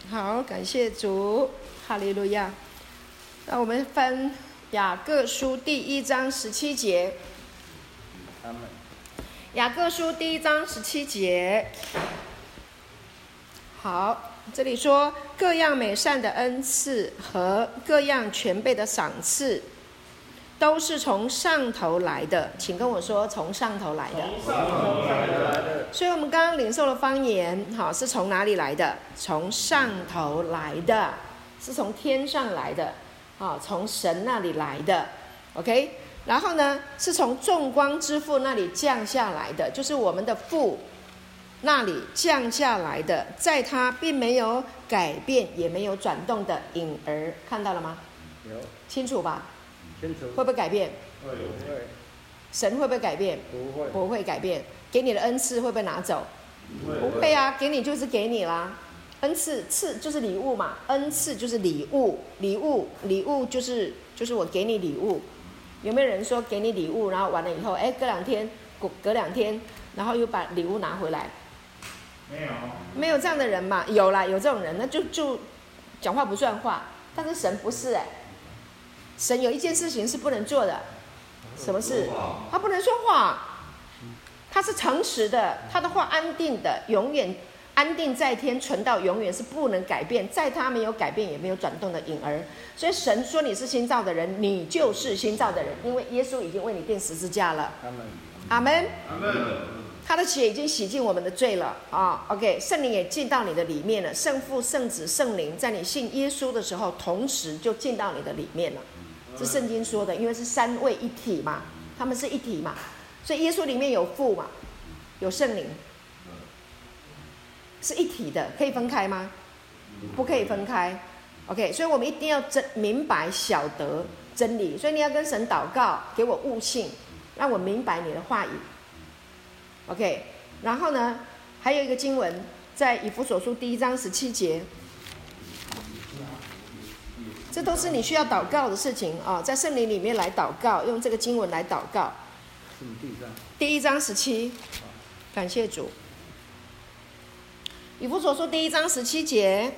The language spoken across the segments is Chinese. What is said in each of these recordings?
好，感谢主，哈利路亚。那我们翻雅各书第1章17节。雅各书第1章17节。好，这里说各样美善的恩赐和各样全备的赏赐，都是从上头来的。请跟我说，从上头来的。所以我们刚刚领受了方言，好，是从哪里来的？从上头来的，是从天上来的，好，从神那里来的。OK， 然后呢，是从众光之父那里降下来的，就是我们的父那里降下来的，在他并没有改变，也没有转动的影儿，看到了吗？ 有， 清楚吧？ 清楚。 会不会改变？ 会。 神会不会改变？ 不会。 不会改变。给你的恩赐会不会拿走？不会啊，给你就是给你啦。恩赐就是礼物嘛，恩赐就是礼物，礼物就是我给你礼物。有没有人说给你礼物，然后完了以后，隔两天，然后又把礼物拿回来？ 没有。 没有这样的人嘛？有啦，有这种人，那就讲话不算话。但是神不是神有一件事情是不能做的，什么事？他不能说谎。他是诚实的，他的话安定的，永远安定在天，存到永远，是不能改变，在他没有改变也没有转动的影儿。所以神说你是新造的人，你就是新造的人，因为耶稣已经为你钉十字架了。阿们。他的血已经洗净我们的罪了啊。OK， 圣灵也进到你的里面了，圣父、圣子、圣灵，在你信耶稣的时候，同时就进到你的里面了。是圣经说的，因为是三位一体嘛，他们是一体嘛。所以耶稣里面有父嘛，有圣灵，是一体的，可以分开吗？不可以分开。OK， 所以我们一定要明白晓得真理。所以你要跟神祷告，给我悟性，让我明白你的话语。OK， 然后呢，还有一个经文在以弗所书第1章17节，这都是你需要祷告的事情啊，在圣灵里面来祷告，用这个经文来祷告。第1章17，感谢主。以弗所书第1章17节，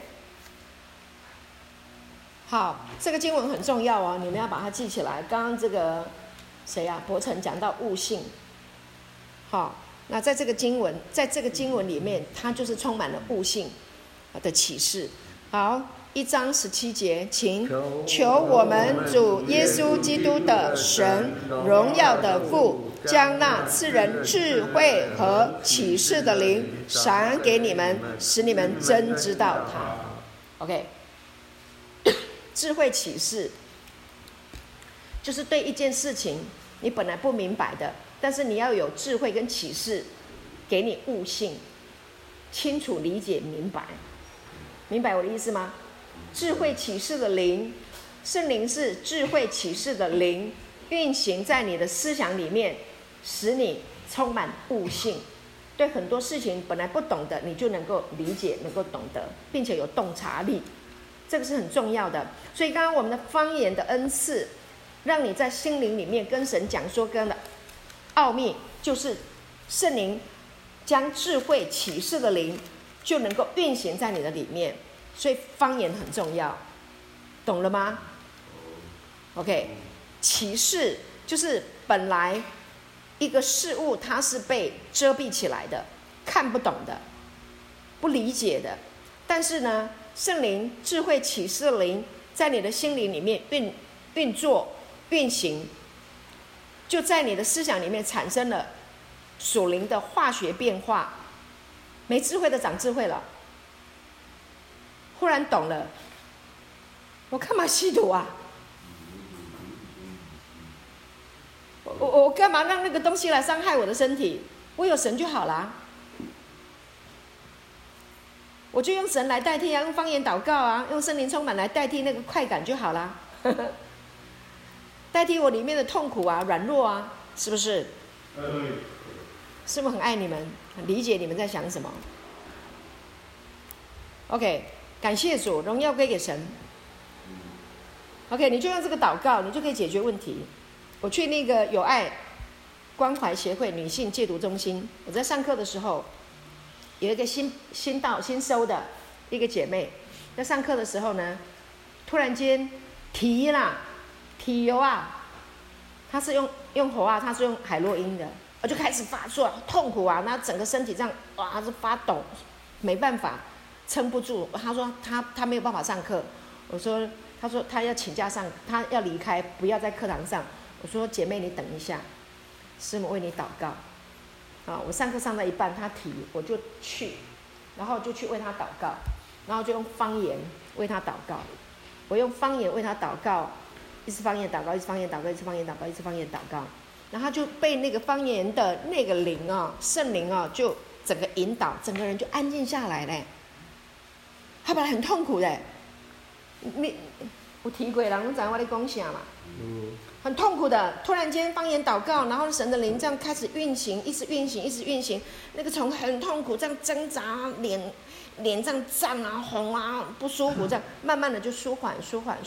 好，这个经文很重要哦，你们要把它记起来。刚刚这个谁啊？伯承讲到悟性，好，那在这个经文里面，它就是充满了悟性的启示。好，1章17节，请求我们主耶稣基督的神荣耀的父，将那赐人智慧和启示的灵赏给你们，使你们真知道他。OK， 智慧启示就是对一件事情你本来不明白的，但是你要有智慧跟启示，给你悟性，清楚理解明白。明白我的意思吗？智慧启示的灵，圣灵是智慧启示的灵，运行在你的思想里面，使你充满悟性，对很多事情本来不懂的，你就能够理解，能够懂得，并且有洞察力，这个是很重要的。所以刚刚我们的方言的恩赐，让你在心灵里面跟神讲说跟的奥秘，就是圣灵将智慧启示的灵就能够运行在你的里面，所以方言很重要，懂了吗 ？OK， 启示就是本来一个事物它是被遮蔽起来的，看不懂的，不理解的，但是呢，圣灵智慧启示的灵在你的心灵里面运作运行，就在你的思想里面产生了属灵的化学变化。没智慧的长智慧了，忽然懂了，我干嘛吸毒啊？我干嘛让那个东西来伤害我的身体？我有神就好啦，我就用神来代替啊，用方言祷告啊，用圣灵充满来代替那个快感就好啦代替我里面的痛苦啊、软弱啊，是不是？是不是很爱你们，很理解你们在想什么 ？OK， 感谢主，荣耀归给神。OK， 你就用这个祷告，你就可以解决问题。我去那个友爱关怀协会女性戒毒中心，我在上课的时候，有一个新收的一个姐妹， 在上课的时候呢，突然间体油啊，他是用喉啊，他是用海洛因的，我就开始发作，痛苦啊，那整个身体这样哇是发抖，没办法，撑不住。他说他没有办法上课，他说他要请假他要离开，不要在课堂上。我说姐妹你等一下，师母为你祷告。啊，我上课上到一半，他提我就去，然后就去为他祷告，然后就用方言为他祷告。我用方言为他祷告，一直方言祷告，一直方言祷告，一直方言祷告，一直方言祷告。然后他就被那个方言的那个灵啊，圣灵啊，就整个引导，整个人就安静下来嘞。他本来很痛苦的，我提过人，你知道我在讲啥嘛？很痛苦的，突然间方言祷告，然后神的灵这样开始运行，一直运行，一直运行。那个从很痛苦这样挣扎，脸这样胀啊、红啊、不舒服，这样慢慢的就舒缓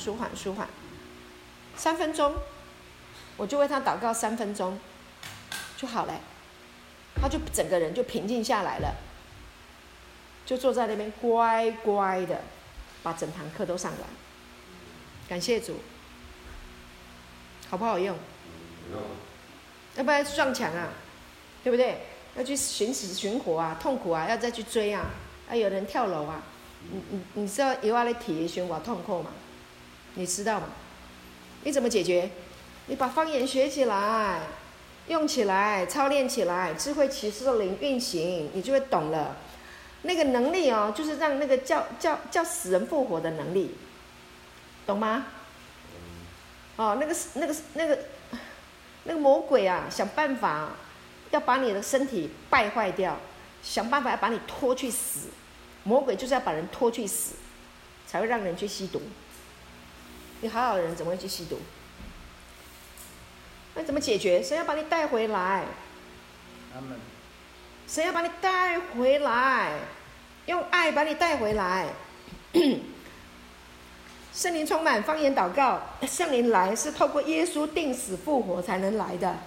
，3分钟，我就为他祷告3分钟，就好了，他就整个人就平静下来了，就坐在那边乖乖的，把整堂课都上完。感谢主。好不好用？要不然撞墙啊，对不对？要去寻死寻活啊，痛苦啊，要再去追啊，有人跳楼啊，你知道以外的体验寻我痛苦吗？你知道吗？你怎么解决？你把方言学起来，用起来，操练起来，智慧启示的灵运行，你就会懂了。那个能力哦，就是让那个叫死人复活的能力，懂吗？哦，那个魔鬼啊，想办法要把你的身体败坏掉，想办法要把你拖去死。魔鬼就是要把人拖去死，才会让人去吸毒。你好好的人怎么会去吸毒？那怎么解决？神要把你带回来。神要把你带回来，用爱把你带回来。圣灵充满，方言祷告。圣灵来是透过耶稣定死复活才能来的。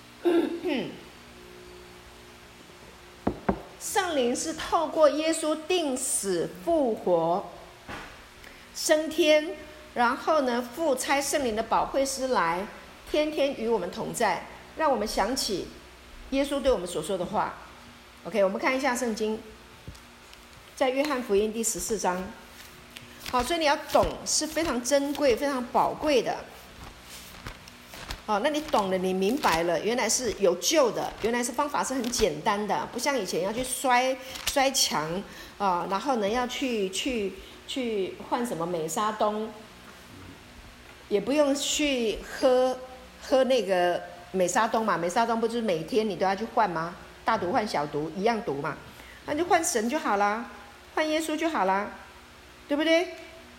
圣灵是透过耶稣定死复活升天，然后呢，父差圣灵的保惠师来，天天与我们同在，让我们想起耶稣对我们所说的话。OK， 我们看一下圣经，在约翰福音第14章。好，所以你要懂是非常珍贵、非常宝贵的。好，那你懂了，你明白了，原来是有救的，原来是方法是很简单的，不像以前要去摔墙啊，然后呢要去换什么美沙酮，也不用去喝那个美沙酮嘛，美沙酮不是每天你都要去换吗？大毒换小毒一样毒嘛，那就换神就好啦，换耶稣就好啦。对不对？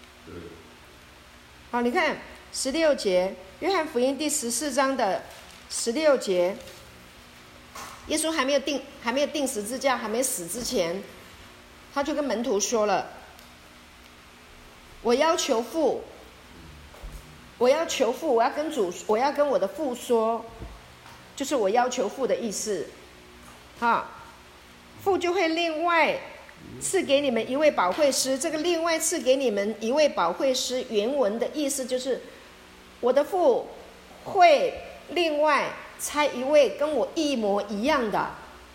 好，你看16节，约翰福音第14章的16节，耶稣还没有定十字架，还没死之前，他就跟门徒说了：“我要求父，我要跟主，我要跟我的父说，就是我要求父的意思。好，父就会另外赐给你们一位保惠师。这个另外赐给你们一位保惠师，原文的意思就是我的父会另外差一位跟我一模一样的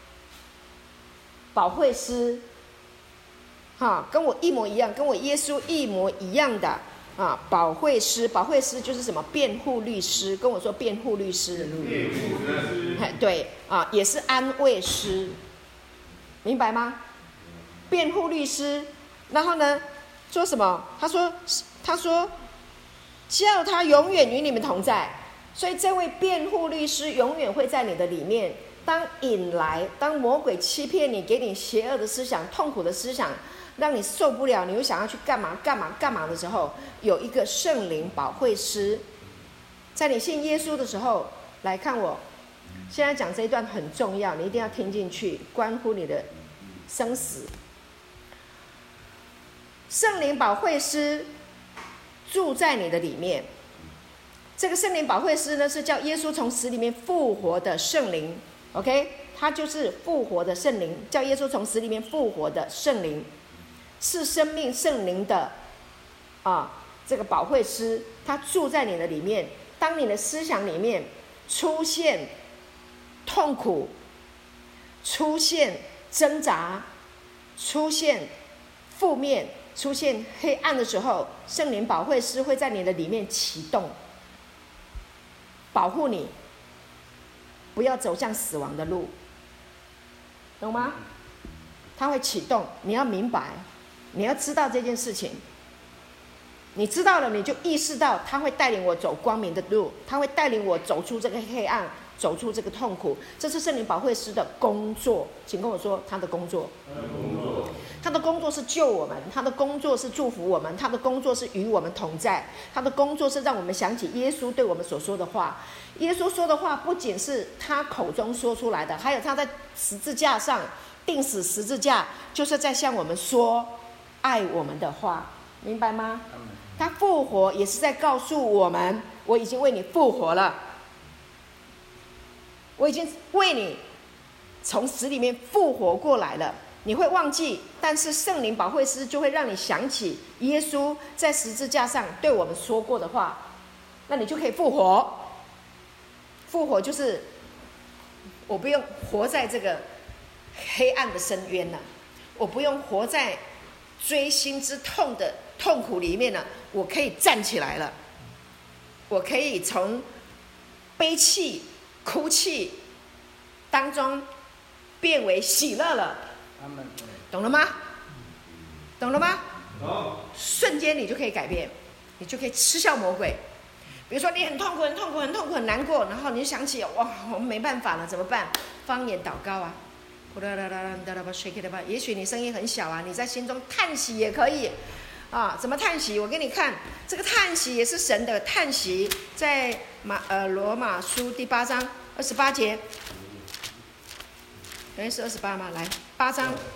保惠师，跟我一模一样，跟我耶稣一模一样的保惠师。保惠师就是什么？辩护律师。跟我说辩护律师。对也是安慰师，明白吗？辩护律师，然后呢，说什么？他说，叫他永远与你们同在。所以这位辩护律师永远会在你的里面。当魔鬼欺骗你，给你邪恶的思想、痛苦的思想，让你受不了，你又想要去干嘛的时候，有一个圣灵保惠师，在你信耶稣的时候来看我。现在讲这一段很重要，你一定要听进去，关乎你的生死。圣灵保惠师住在你的里面。这个圣灵保惠师呢，是叫耶稣从死里面复活的圣灵。OK， 他就是复活的圣灵，叫耶稣从死里面复活的圣灵，是生命圣灵的这个保惠师，他住在你的里面。当你的思想里面出现痛苦、出现挣扎、出现负面、出现黑暗的时候，圣灵保惠师会在你的里面启动，保护你不要走向死亡的路，懂吗？他会启动，你要明白，你要知道这件事情。你知道了，你就意识到他会带领我走光明的路，他会带领我走出这个黑暗，走出这个痛苦。这是圣灵保惠师的工作，请跟我说他的工作。他的工作是救我们，他的工作是祝福我们，他的工作是与我们同在，他的工作是让我们想起耶稣对我们所说的话。耶稣说的话不仅是他口中说出来的，还有他在十字架上钉死十字架，就是在向我们说爱我们的话，明白吗？他复活也是在告诉我们，我已经为你复活了，我已经为你从死里面复活过来了。你会忘记，但是圣灵保惠师就会让你想起耶稣在十字架上对我们说过的话，那你就可以复活。复活就是我不用活在这个黑暗的深渊了，我不用活在锥心之痛的痛苦里面了，我可以站起来了，我可以从悲泣、哭泣当中变为喜乐了。懂了吗？懂了吗？瞬间你就可以改变，你就可以吃笑魔鬼。比如说你很痛苦、很痛苦、很痛苦、很难过，然后你就想起哇，我们没办法了，怎么办？方言祷告啊，也许你声音很小啊，你在心中叹息也可以啊。怎么叹息？我给你看，这个叹息也是神的叹息，在罗马书第8章28节。是28吗？来，8章27。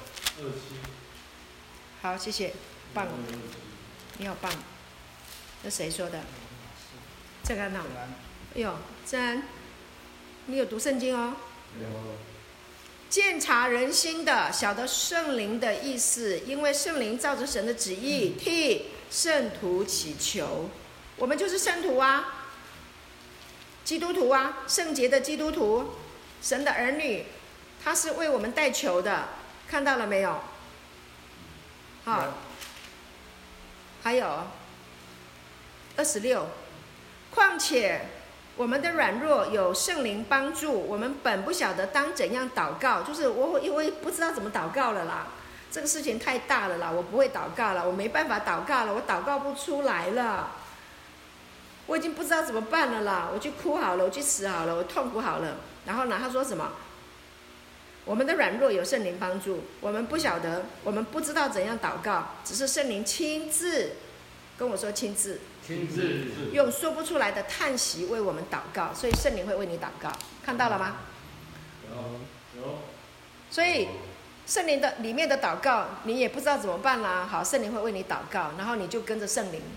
好，谢谢，棒，你好棒。这谁说的？这个呢？哎呦，正安，你有读圣经哦。鉴察人心的，晓得圣灵的意思，因为圣灵照着神的旨意替圣徒祈求。我们就是圣徒啊，基督徒啊，圣洁的基督徒，神的儿女。他是为我们代求的，看到了没有？好，还有26，况且我们的软弱有圣灵帮助，我们本不晓得当怎样祷告，就是我不知道怎么祷告了啦，这个事情太大了啦，我不会祷告了，我没办法祷告了，我祷告不出来了，我已经不知道怎么办了啦，我去哭好了，我去死好了，我痛苦好了。然后呢，他说什么？我们的软弱有圣灵帮助，我们不晓得，我们不知道怎样祷告，只是圣灵亲自跟我说，亲自用说不出来的叹息为我们祷告，所以圣灵会为你祷告，看到了吗？有。所以圣灵的里面的祷告，你也不知道怎么办啦。好，圣灵会为你祷告，然后你就跟着圣灵，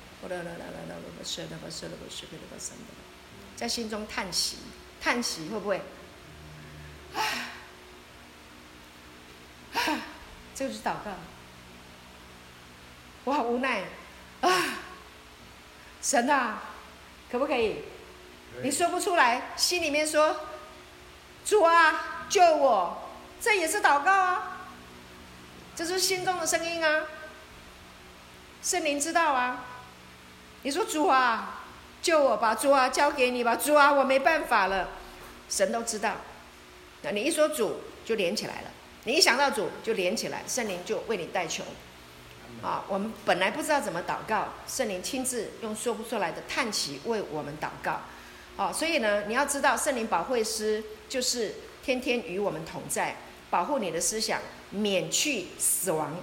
在心中叹息，叹息会不会？这就是祷告。我好无奈啊！神啊，可不可以？你说不出来，心里面说：“主啊，救我！”这也是祷告啊，这是心中的声音啊。圣灵知道啊。你说：“主啊，救我吧！主啊，交给你吧！主啊，我没办法了。”神都知道。那你一说主，就连起来了。你一想到主就连起来，圣灵就为你代求。我们本来不知道怎么祷告，圣灵亲自用说不出来的叹息为我们祷告。所以呢，你要知道，圣灵保惠师就是天天与我们同在，保护你的思想，免去死亡，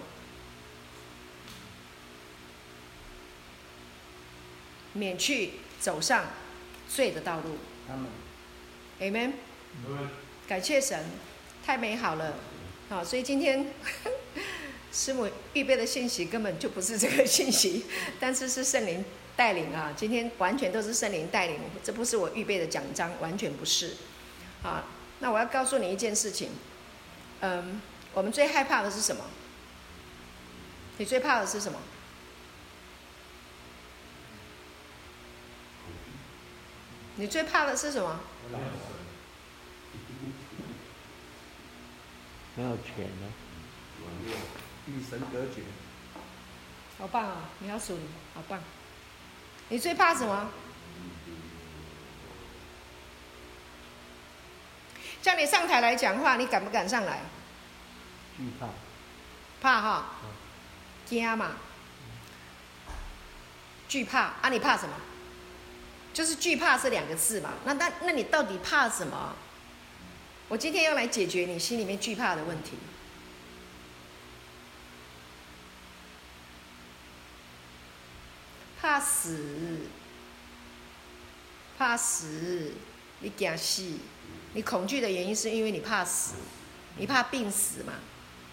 免去走上罪的道路。Amen。感谢神，太美好了。好，所以今天师母预备的信息根本就不是这个信息，但是是圣灵带领啊。今天完全都是圣灵带领，这不是我预备的讲章，完全不是。好，那我要告诉你一件事情，我们最害怕的是什么？你最怕的是什么？ 你最怕的是什么？ 没有钱呢， 与神隔绝。 好棒哦！你要数，好棒。你最怕什么？叫你上台来讲话，你敢不敢上来？ 惧怕。 怕哈？惊嘛？惧怕啊？你怕什么？就是惧怕这2个字嘛。那你到底怕什么？我今天要来解决你心里面惧怕的问题。怕死，怕死，你惊死，你恐惧的原因是因为你怕死，你怕病死嘛，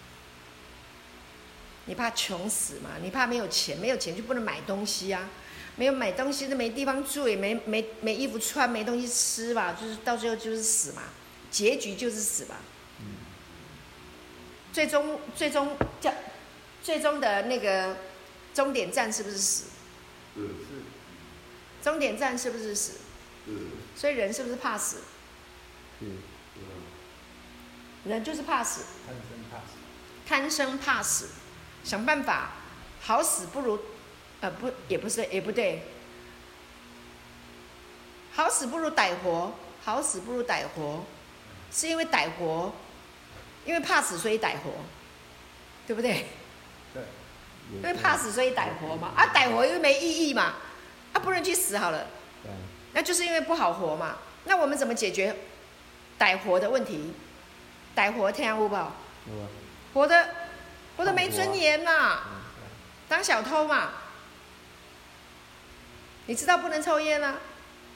你怕穷死嘛，你怕没有钱，没有钱就不能买东西啊，没有买东西就没地方住，也没衣服穿，没东西吃吧，就是到最后就是死嘛，结局就是死吧，最终的那个终点站是不是死？ 是。 终点站是不是死？所以人是不是怕死？人就是怕死，贪生怕死，想办法好死不如，也不对，好死不如歹活，好死不如歹活，是因为歹活，因为怕死所以歹活，对不对？ 对。 因为怕死所以歹活嘛，啊歹活因为没意义嘛，啊不能去死好了，那就是因为不好活嘛。那我们怎么解决歹活的问题？歹活听有无？活得没尊严嘛，当小偷嘛。你知道不能抽烟啊，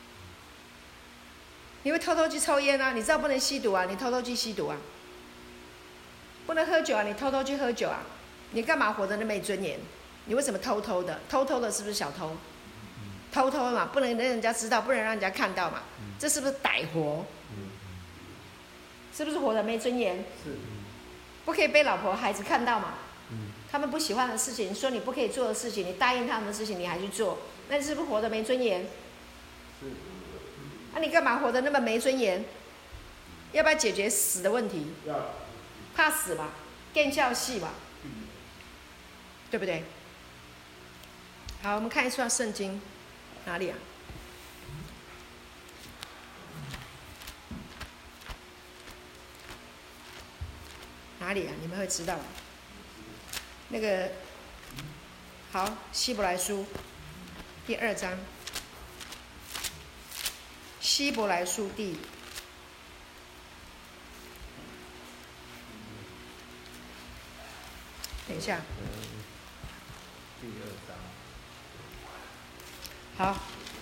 你会偷偷去抽烟啊。你知道不能吸毒啊，你偷偷去吸毒啊。不能喝酒啊，你偷偷去喝酒啊。你干嘛活得那么没尊严？你为什么偷偷的？偷偷的是不是小偷？偷偷嘛，不能让人家知道，不能让人家看到嘛。这是不是歹活？是不是活得没尊严？ 是。 不可以被老婆孩子看到嘛？他们不喜欢的事情，说你不可以做的事情，你答应他们的事情，你还去做，那你是不是活得没尊严？ 是。 那你干嘛活得那么没尊严？要不要解决死的问题？ 要。 怕死嘛，更笑戏嘛。对不对？好，我们看一下圣经，哪里啊？哪里啊？你们会知道。那个，好，希伯来书第2章，希伯来书等一下。 第2章。 好。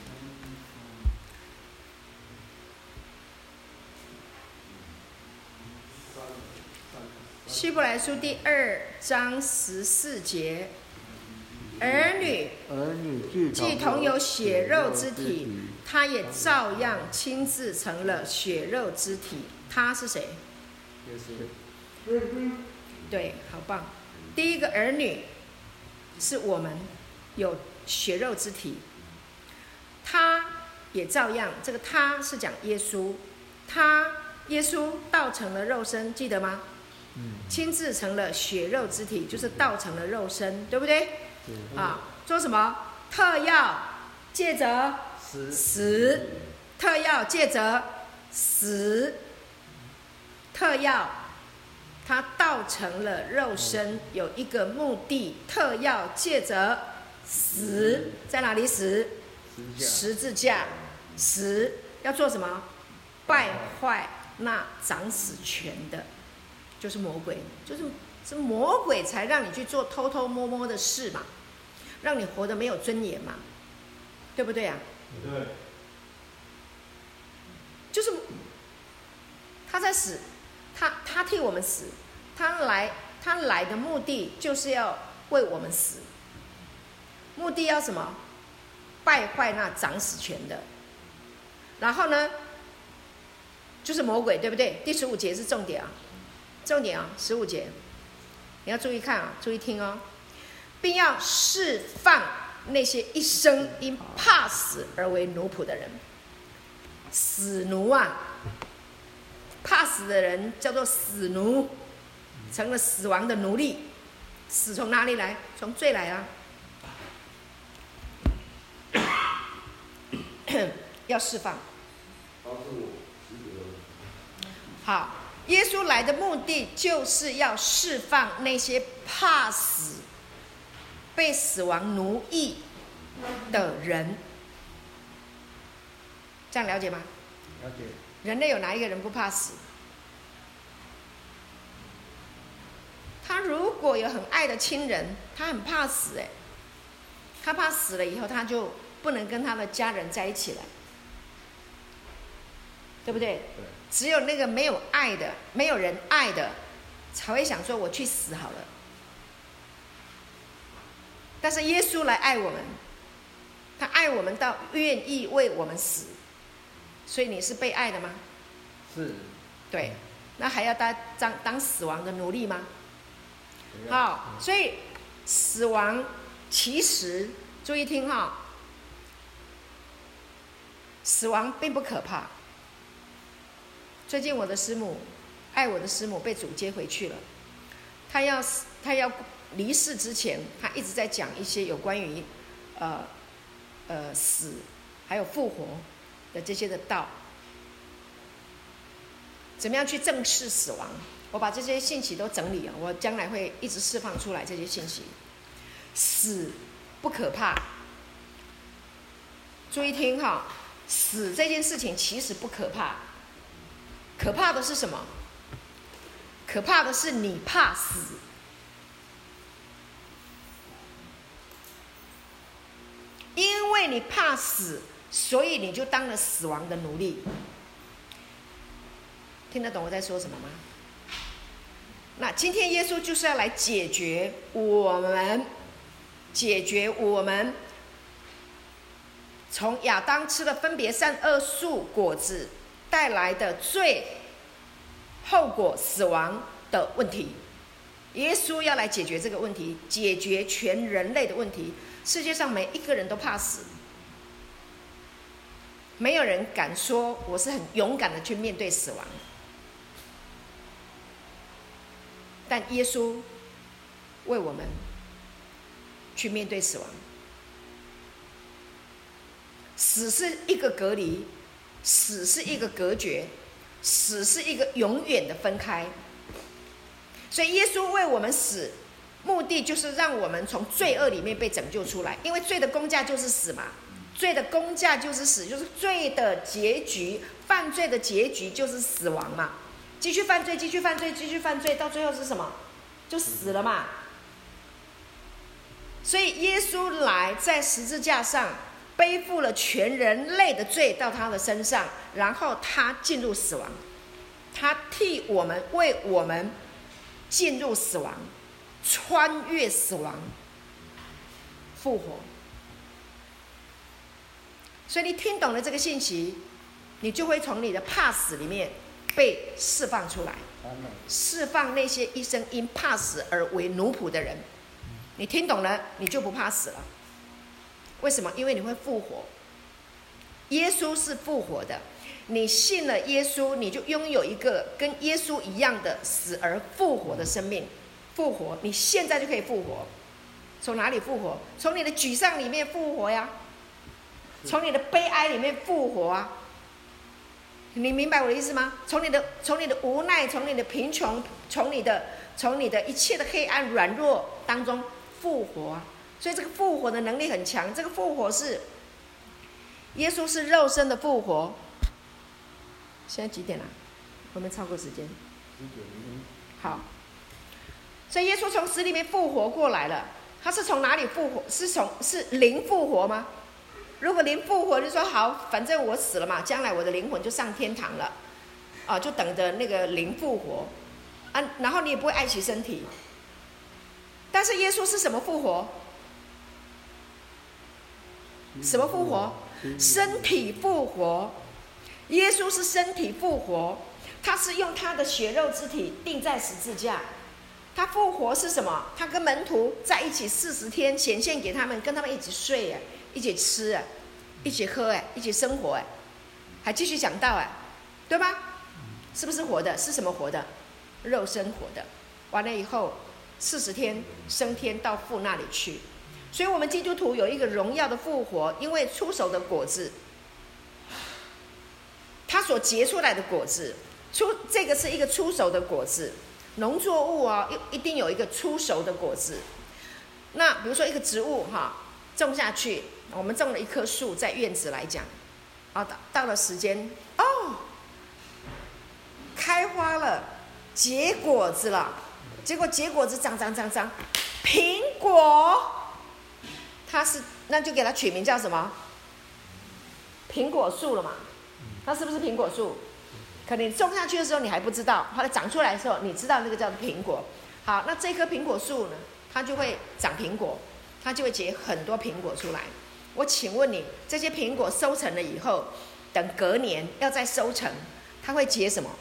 希伯来书第2章14节，儿女既同有血肉之体，他也照样亲自成了血肉之体。他是谁？ 耶稣。 对，好棒。第一个儿女是我们有血肉之体，他也照样，这个他是讲耶稣，耶稣道成了肉身，记得吗？亲自成了血肉之体，就是道成了肉身，对不对？啊，做什么？特要借着死，特要借着死，特要他道成了肉身，有一个目的，特要借着死，在哪里死？十字架。死要做什么？败坏那掌死权的，就是魔鬼，是魔鬼才让你去做偷偷摸摸的事嘛，让你活得没有尊严嘛，对不对啊？ 对。 就是他在死，他替我们死，他来的目的就是要为我们死，目的要什么？败坏那掌死权的。然后呢，就是魔鬼，对不对？第15节是重点啊，15节，你要注意看啊，注意听哦，并要释放那些一生因怕死而为奴仆的人。 死奴啊，怕死的人叫做死奴，成了死亡的奴隶。死从哪里来？从罪来啊！要释放。好，耶稣来的目的就是要释放那些怕死、被死亡奴役的人。这样了解吗？ 了解。 人类有哪一个人不怕死？他如果有很爱的亲人，他很怕死他怕死了以后，他就不能跟他的家人在一起了，对不对？ 对。 只有那个没有爱的、没有人爱的，才会想说我去死好了。但是耶稣来爱我们，他爱我们到愿意为我们死，所以你是被爱的吗？ 是。 对。那还要当死亡的奴隶吗？好，所以死亡其实注意听哈，死亡并不可怕。最近我的师母，爱我的师母被主接回去了，她要离世之前，她一直在讲一些有关于死还有复活的这些的道，怎么样去正视死亡。我把这些信息都整理了，我将来会一直释放出来这些信息。死不可怕，注意听哈，死这件事情其实不可怕，可怕的是什么？可怕的是你怕死。因为你怕死，所以你就当了死亡的奴隶。听得懂我在说什么吗？那今天耶稣就是要来解决我们从亚当吃了分别善恶树果子带来的罪后果死亡的问题。耶稣要来解决这个问题，解决全人类的问题。世界上每一个人都怕死，没有人敢说我是很勇敢的去面对死亡。但耶稣为我们去面对死亡。死是一个隔离，死是一个隔绝，死是一个永远的分开。所以耶稣为我们死，目的就是让我们从罪恶里面被拯救出来。因为罪的工价就是死嘛，罪的工价就是死，就是罪的结局，犯罪的结局就是死亡嘛。继续犯罪，继续犯罪，继续犯罪，到最后是什么？就死了嘛。所以耶稣来在十字架上背负了全人类的罪到他的身上，然后他进入死亡，他替我们为我们进入死亡，穿越死亡，复活。所以你听懂了这个信息，你就会从你的怕死里面被释放出来，释放那些一生因怕死而为奴仆的人。你听懂了，你就不怕死了。为什么？因为你会复活。耶稣是复活的，你信了耶稣，你就拥有一个跟耶稣一样的死而复活的生命。复活，你现在就可以复活。从哪里复活？从你的沮丧里面复活呀，从你的悲哀里面复活啊。你明白我的意思吗？从你的无奈，从你的贫穷，从你的一切的黑暗软弱当中复活啊。所以这个复活的能力很强。这个复活是耶稣是肉身的复活。现在几点了？会不会超过时间？好，所以耶稣从死里面复活过来了。他是从哪里复活？是灵复活吗？如果灵复活，就说好，反正我死了嘛，将来我的灵魂就上天堂了，就等着那个灵复活，然后你也不会爱惜身体。但是耶稣是什么复活？什么复活？身体复活。耶稣是身体复活，他是用他的血肉之体钉在十字架。他复活是什么？他跟门徒在一起40天，显现给他们，跟他们一起睡，一起吃，一起喝，一起生活。 还继续讲到对吧？是不是活的？是什么活的？肉身活的。完了以后40天升天到父那里去。所以我们基督徒有一个荣耀的复活，因为出手的果子，它所结出来的果子，这个是一个出手的果子。农作物一定有一个出熟的果子。那比如说一个植物种下去，我们种了一棵树，在院子来讲，到了时间开花了，结果子了，结果结果子长，苹果，那就给它取名叫什么？苹果树了嘛？它是不是苹果树？可能你种下去的时候你还不知道，后来长出来的时候你知道那个叫做苹果。好，那这棵苹果树呢，它就会长苹果，它就会结很多苹果出来。我请问你，这些苹果收成了以后，等隔年要再收成，它会结什么？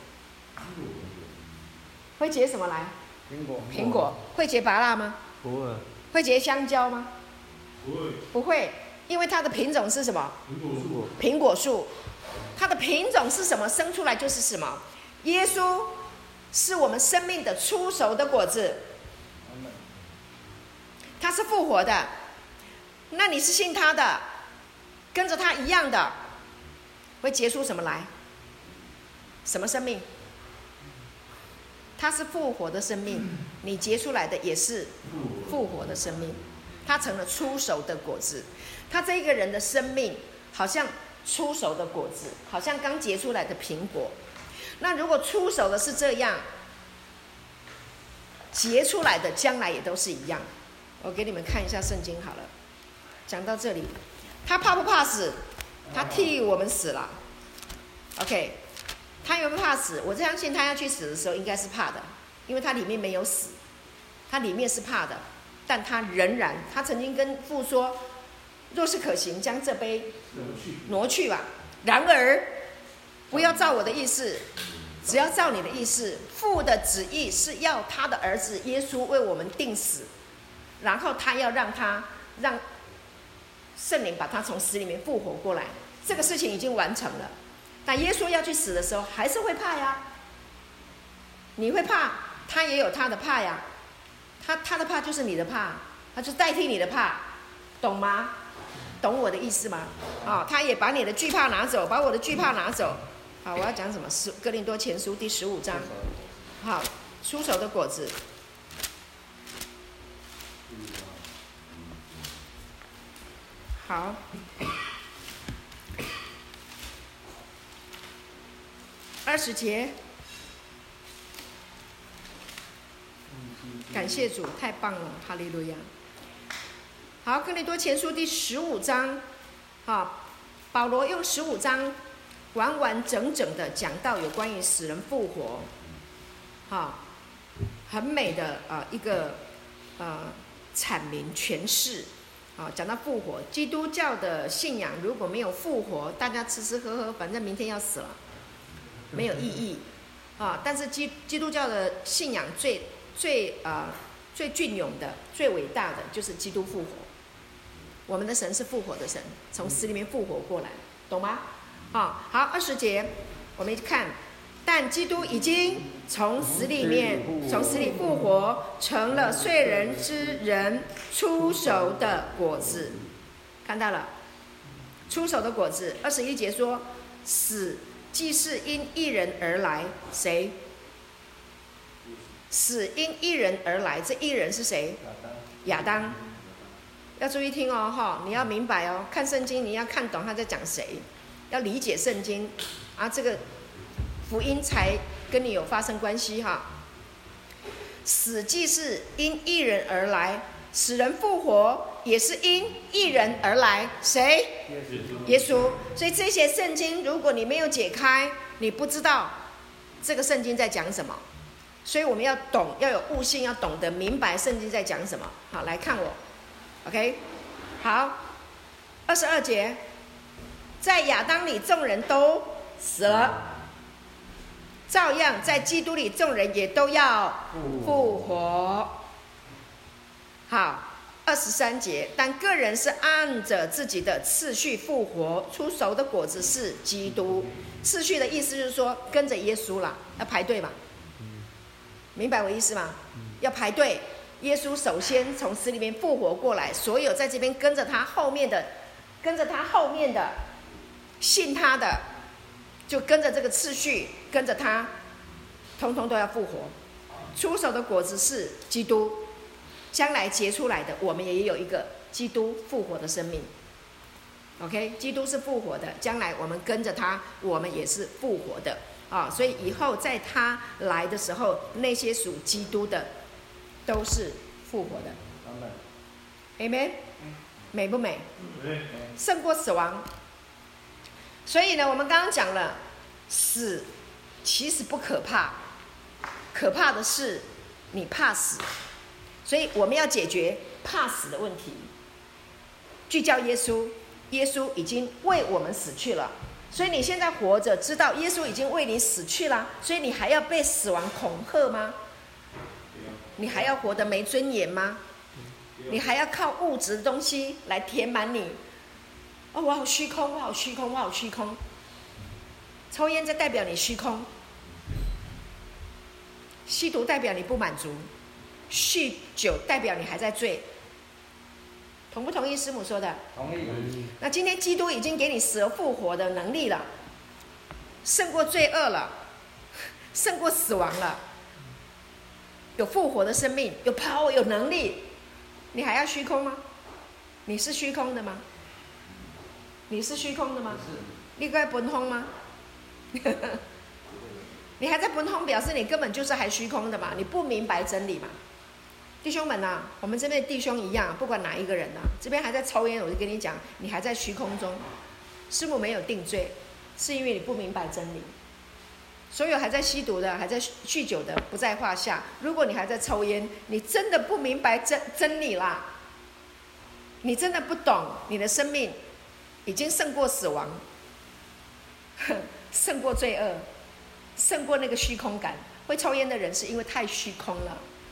会结什么来？苹果。会结芭乐吗？ 不会。 会结香蕉吗？ 不会。 不会，因为它的品种是什么？ 苹果树。 它的品种是什么？生出来就是什么？耶稣是我们生命的出熟的果子，他是复活的。那你是信他的，跟着他一样的，会结出什么来？什么生命？他是复活的生命，你结出来的也是复活的生命。他成了出熟的果子，他这一个人的生命好像出熟的果子，好像刚结出来的苹果。那如果出熟的是这样，结出来的将来也都是一样。我给你们看一下圣经好了。讲到这里，他怕不怕死？他替我们死了。OK， 他有没有怕死？我相信他要去死的时候应该是怕的，因为他里面没有死，他里面是怕的。但他仍然，他曾经跟父说，若是可行，将这杯挪去吧。然而不要照我的意思，只要照你的意思。父的旨意是要他的儿子耶稣为我们定死，然后他要让圣灵把他从死里面复活过来。这个事情已经完成了。但耶稣要去死的时候还是会怕呀。你会怕，他也有他的怕呀。他的怕就是你的怕，他就代替你的怕，懂吗？懂我的意思吗？他也把你的惧怕拿走，把我的惧怕拿走。好，我要讲什么？哥林多前书第15章。好，出熟的果子。好。20节。感谢主，太棒了，哈利路亚。好，哥林多前书第15章，保罗用15章完完整整的讲到有关于死人复活，很美的一个阐明诠释。讲到复活，基督教的信仰如果没有复活，大家吃吃喝喝，反正明天要死了，没有意义但是基督教的信仰最隽永的、最伟大的就是基督复活。我们的神是复活的神，从死里面复活过来，懂吗？好，20节，我们看，但基督已经从死里复活，成了睡人之人出熟的果子。看到了，出熟的果子。21节说，死既是因一人而来，谁？死因一人而来，这一人是谁？亚当。要注意听你要明白看圣经你要看懂他在讲谁，要理解圣经这个福音才跟你有发生关系死既是因一人而来，使人复活也是因一人而来，谁？耶稣。所以这些圣经如果你没有解开，你不知道这个圣经在讲什么。所以我们要懂，要有悟性，要懂得明白圣经在讲什么。好，来看我 OK， 好，22节，在亚当里众人都死了，照样在基督里众人也都要复活。好 23节，但个人是按着自己的次序复活，出熟的果子是基督。次序的意思就是说跟着耶稣啦，要排队嘛，明白我意思吗？要排队。耶稣首先从死里面复活过来，所有在这边跟着他后面的信他的，就跟着这个次序，跟着他，通通都要复活。出手的果子是基督，将来结出来的，我们也有一个基督复活的生命。OK， 基督是复活的，将来我们跟着他，我们也是复活的啊！所以以后在他来的时候，那些属基督的都是复活的。Amen， 美不美？胜过死亡。所以呢，我们刚刚讲了，死其实不可怕，可怕的是你怕死。所以我们要解决怕死的问题，聚焦耶稣。耶稣已经为我们死去了，所以你现在活着，知道耶稣已经为你死去了，所以你还要被死亡恐吓吗？你还要活得没尊严吗？你还要靠物质的东西来填满你？哦，我好虚空，我好虚空，我好虚空。抽烟这代表你虚空，吸毒代表你不满足，酗酒代表你还在醉。同不同意师母说的？ 同意。 那今天基督已经给你死而复活的能力了，胜过罪恶了，胜过死亡了，有复活的生命，有 power， 有能力，你还要虚空吗？你是虚空的吗？你是虚空的吗？你该本空吗？你还在本空，表示你根本就是还虚空的嘛，你不明白真理嘛。弟兄们啊，我们这边的弟兄一样，不管哪一个人啊，这边还在抽烟，我就跟你讲，你还在虚空中。师母没有定罪，是因为你不明白真理。所有还在吸毒的，还在酗酒的，不在话下。如果你还在抽烟，你真的不明白真理啦，你真的不懂，你的生命已经胜过死亡，胜过罪恶，胜过那个虚空感。会抽烟的人是因为太虚空了。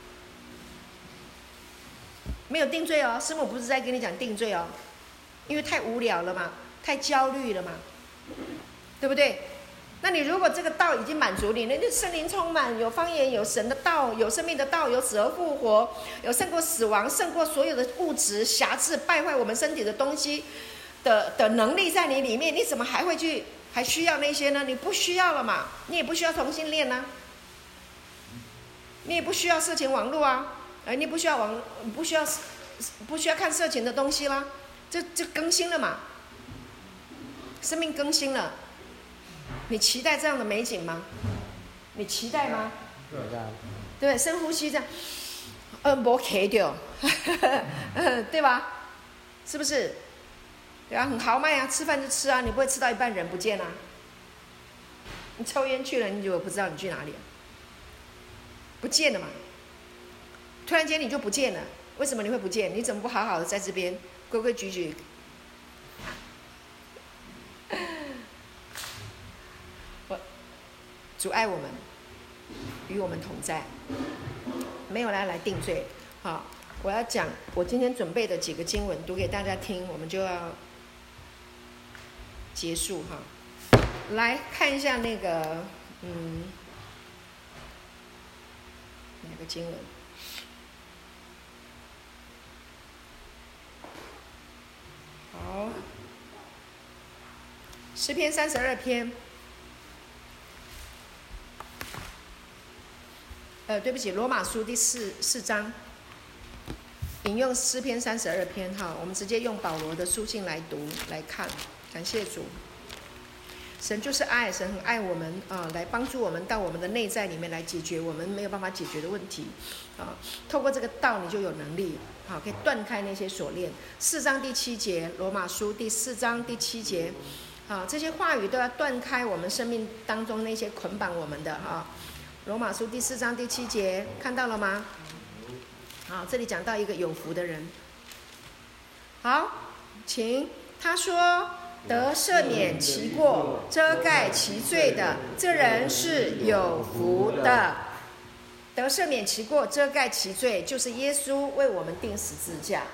没有定罪哦，师母不是在跟你讲定罪哦，因为太无聊了嘛，太焦虑了嘛，对不对？那你如果这个道已经满足你，那就圣灵充满，有方言，有神的道，有生命的道，有死而复活，有胜过死亡，胜过所有的物质瑕疵败坏我们身体的东西的能力在你里面，你怎么还需要那些呢？你不需要了嘛，你也不需要同性恋啊，你也不需要色情网络啊。你不需要看色情的东西啦，这更新了嘛，生命更新了。你期待这样的美景吗？你期待吗？对，深呼吸这样，没卡掉，对吧？是不是？对啊，很豪迈啊，吃饭就吃啊，你不会吃到一半人不见啊。你抽烟去了，你就不知道你去哪里了，不见了嘛。突然间你就不见了，为什么你会不见？你怎么不好好的在这边规规矩矩？主爱我们，与我们同在，没有来定罪。好，我要讲我今天准备的几个经文，读给大家听，我们就要结束哈。来看一下那个，哪个经文？好，诗篇32篇，对不起，罗马书第四章，引用诗篇32篇哈，我们直接用保罗的书信来读来看，感谢主。神就是爱，神很爱我们啊，来帮助我们到我们的内在里面来解决我们没有办法解决的问题啊。透过这个道，你就有能力啊，可以断开那些锁链。4章第7节，罗马书第4章第7节，啊，这些话语都要断开我们生命当中那些捆绑我们的啊。罗马书第4章第7节，看到了吗？好，这里讲到一个有福的人。好，请他说。得赦免其过、遮盖其罪的，这人是有福的。得赦免其过、遮盖其罪，就是耶稣为我们钉十字架。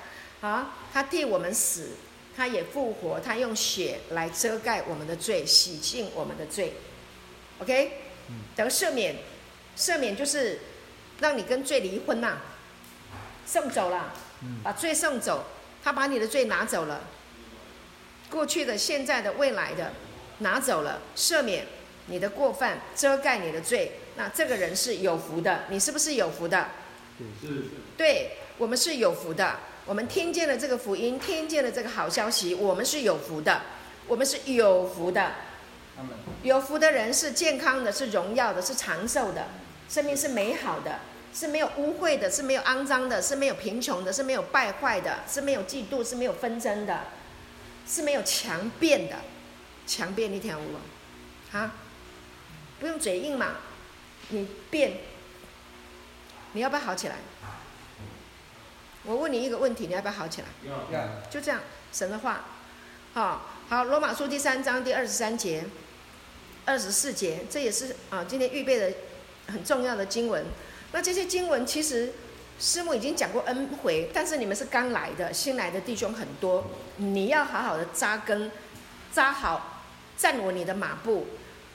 啊，他替我们死，他也复活，他用血来遮盖我们的罪，洗净我们的罪。OK， 得赦免，赦免就是让你跟罪离婚呐、送走了，把罪送走，他把你的罪拿走了，过去的、现在的、未来的拿走了，赦免你的过犯，遮盖你的罪。那这个人是有福的，你是不是有福的？ 是。 对，我们是有福的。我们听见了这个福音，听见了这个好消息，我们是有福的，我们是有福的。有福的人是健康的，是荣耀的，是长寿的，生命是美好的，是没有污秽的，是没有肮脏的，是没有贫穷的，是没有败坏的，是没有嫉妒，是没有纷争的，是没有强辩的。强辩你听有无？哈，不用嘴硬嘛，你辩，你要不要好起来？我问你一个问题，你要不要好起来？ 要。 就这样，神的话，好，罗马书第3章第23节、24节，这也是今天预备的很重要的经文。那这些经文其实师母已经讲过 N 回，但是你们是刚来的，新来的弟兄很多，你要好好的扎根，扎好，站稳你的马步，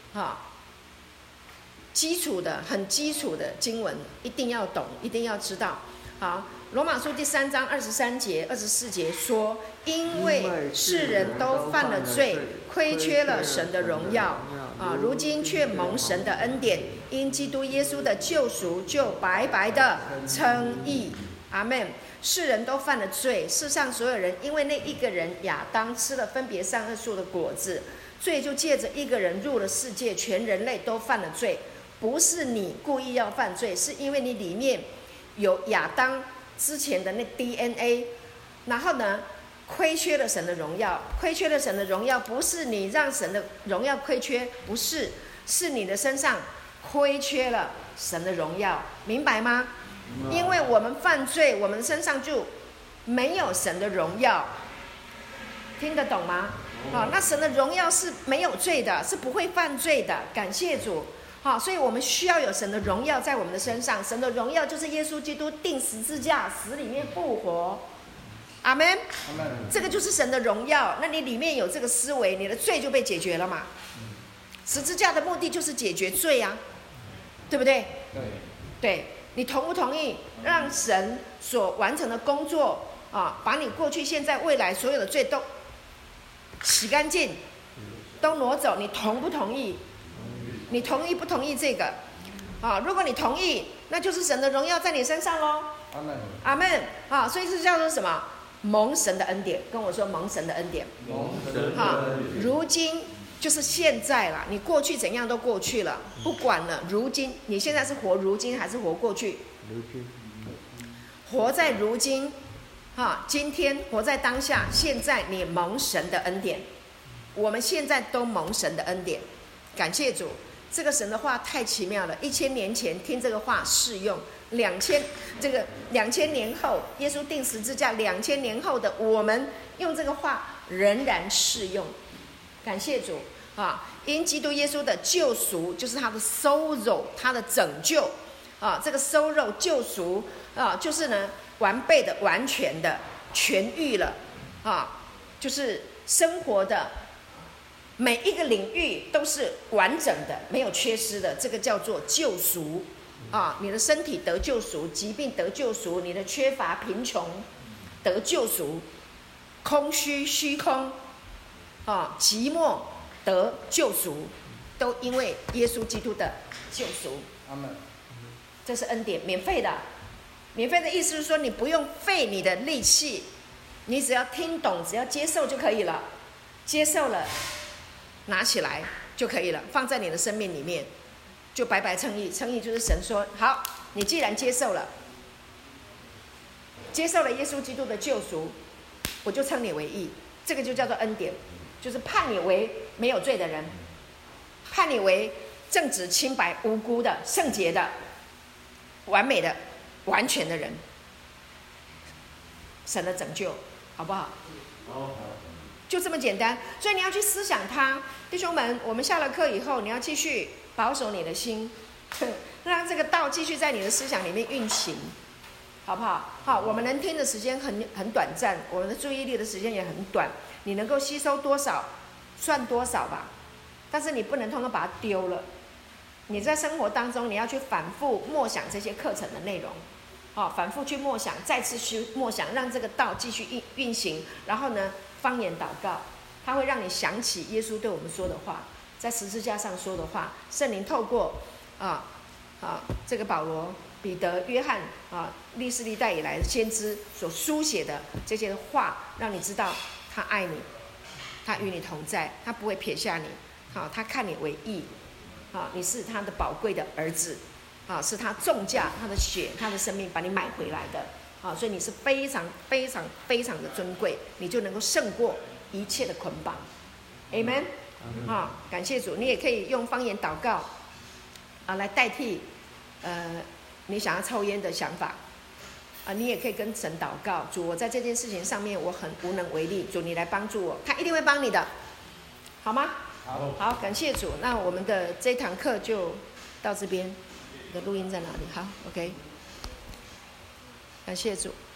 基础的、很基础的经文一定要懂，一定要知道。好，罗马书第3章23节、24节说，因为世人都犯了罪，亏缺了神的荣耀，如今却蒙神的恩典，因基督耶稣的救赎，就白白的称义。阿们。世人都犯了罪，世上所有人因为那一个人亚当吃了分别善恶树的果子，罪就借着一个人入了世界，全人类都犯了罪。不是你故意要犯罪，是因为你里面有亚当之前的那 DNA， 然后呢，亏缺了神的荣耀，亏缺了神的荣耀，不是你让神的荣耀亏缺，不是，是你的身上亏缺了神的荣耀，明白吗？因为我们犯罪，我们身上就没有神的荣耀，听得懂吗？那神的荣耀是没有罪的，是不会犯罪的，感谢主。所以我们需要有神的荣耀在我们的身上，神的荣耀就是耶稣基督钉十字架，死里面复活。阿们。这个就是神的荣耀。那你里面有这个思维，你的罪就被解决了嘛。十字架的目的就是解决罪啊，对不对？对，你同不同意让神所完成的工作把你过去、现在、未来所有的罪都洗干净，都挪走？你同不同意？你同意不同意这个？如果你同意，那就是神的荣耀在你身上咯。阿们。所以这叫做什么？蒙神的恩典。跟我说蒙神的恩典。如今就是现在啦，你过去怎样都过去了，不管了。如今你现在是活如今还是活过去？ 如今。 活在如今，今天活在当下，现在你蒙神的恩典，我们现在都蒙神的恩典，感谢主。这个神的话太奇妙了，1000年前听这个话适用，2000年后耶稣钉十字架，2000年后的我们用这个话仍然适用，感谢主因基督耶稣的救赎，就是他的收肉，他的拯救这个收肉救赎就是呢完备的、完全的、痊愈了就是生活的每一个领域都是完整的，没有缺失的，这个叫做救赎你的身体得救赎，疾病得救赎，你的缺乏、贫穷得救赎，空虚、虚空寂寞得救赎，都因为耶稣基督的救赎。 阿们。 这是恩典，免费的。免费的意思是说，你不用费你的力气，你只要听懂，只要接受就可以了。接受了，拿起来就可以了，放在你的生命里面，就白白称义。称义就是神说，好，你既然接受了耶稣基督的救赎，我就称你为义。这个就叫做恩典，就是判你为没有罪的人，判你为正直、清白、无辜的、圣洁的、完美的、完全的人。神的拯救，好不好？ 好。 就这么简单。所以你要去思想它，弟兄们，我们下了课以后，你要继续保守你的心，让这个道继续在你的思想里面运行。 好不好？好，我们能听的时间很短暂，我们的注意力的时间也很短，你能够吸收多少算多少吧，但是你不能通通把它丢了。你在生活当中，你要去反复默想这些课程的内容，反复去默想，再次去默想，让这个道继续运行。然后呢，方言祷告，它会让你想起耶稣对我们说的话，在十字架上说的话。圣灵透过这个保罗、彼得、约翰历世历代以来的先知所书写的这些话，让你知道他爱你，他与你同在，他不会撇下你，他看你为义。你是他的宝贵的儿子，是他重价，他的血，他的生命把你买回来的，所以你是非常非常非常的尊贵，你就能够胜过一切的捆绑。Amen。感谢主，你也可以用方言祷告来代替你想要抽烟的想法。你也可以跟神祷告，主，我在这件事情上面我很无能为力，主你来帮助我，他一定会帮你的，好吗？好，感谢主。那我们的这堂课就到这边。你的录音在哪里？好 ，OK。感谢主。